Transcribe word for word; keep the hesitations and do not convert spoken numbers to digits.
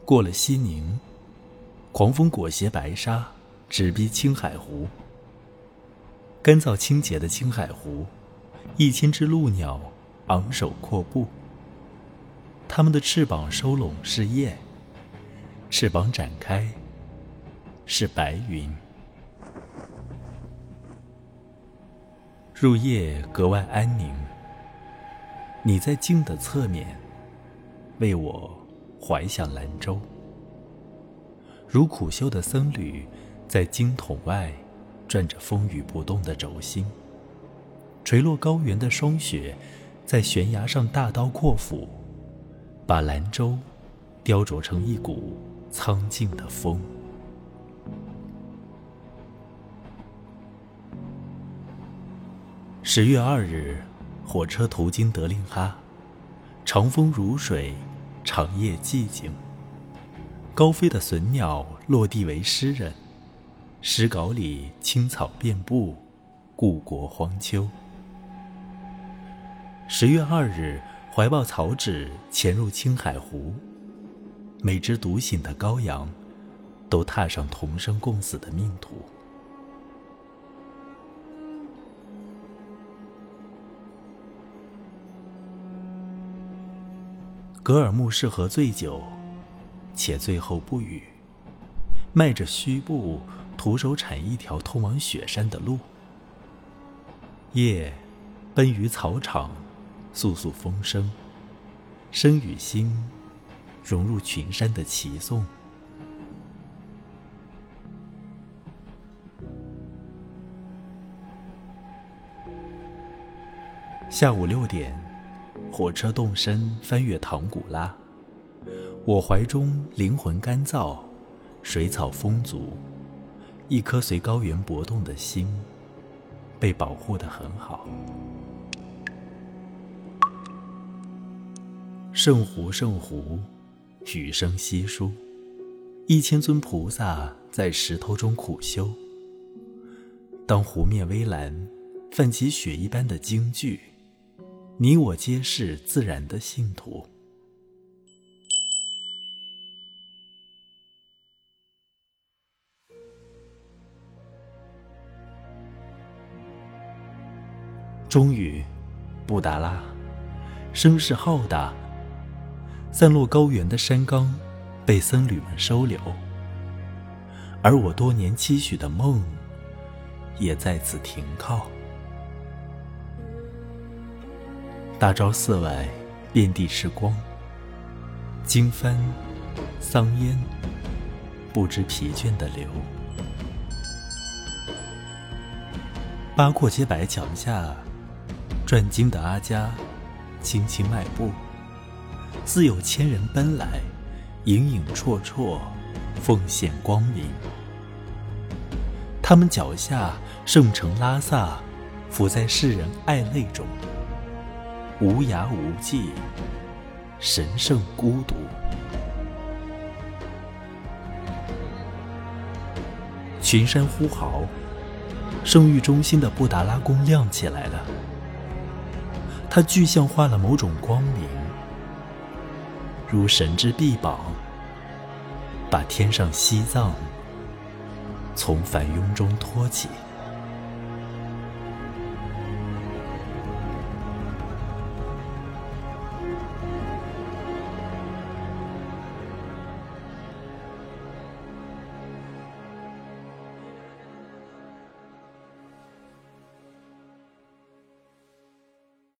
过了西宁，狂风裹挟白沙，直逼青海湖。干燥清洁的青海湖，一千只鹭鸟昂首阔步，它们的翅膀收拢是叶，翅膀展开是白云。入夜格外安宁，你在镜的侧面为我怀想兰州，如苦修的僧侣在经筒外转着风雨不动的轴心，垂落高原的霜雪在悬崖上大刀阔斧，把兰州雕琢成一股苍劲的风。十月二日，火车途经德令哈，长风如水，长夜寂静。高飞的隼鸟落地为诗人，诗稿里青草遍布，故国荒丘。十月二日，怀抱草纸潜入青海湖，每只独醒的羔羊都踏上同生共死的命途。格尔木适合醉酒，且醉后不语，迈着虚步，徒手铲一条通往雪山的路。夜奔于草场，簌簌风声，声与心融入群山的齐颂。下午六点，火车动身翻越唐古拉，我怀中灵魂干燥，水草丰足，一颗随高原搏动的心被保护得很好。圣湖圣湖，雨声稀疏，一千尊菩萨在石头中苦修。当湖面微蓝，泛起雪一般的惊惧，你我皆是自然的信徒。终于，布达拉，声势浩大，散落高原的山冈被僧侣们收留，而我多年期许的梦也在此停靠。大昭寺外遍地是光，经幡、桑烟不知疲倦地流。八廓街柏墙下，转经的阿伽轻轻迈步，自有千人奔来，影影绰绰，奉献光明。他们脚下圣城拉萨浮在世人爱泪中，无涯无际，神圣孤独。群山呼号，圣域中心的布达拉宫亮起来了，它具象化了某种光明，如神之臂膀，把天上西藏从繁庸中托起。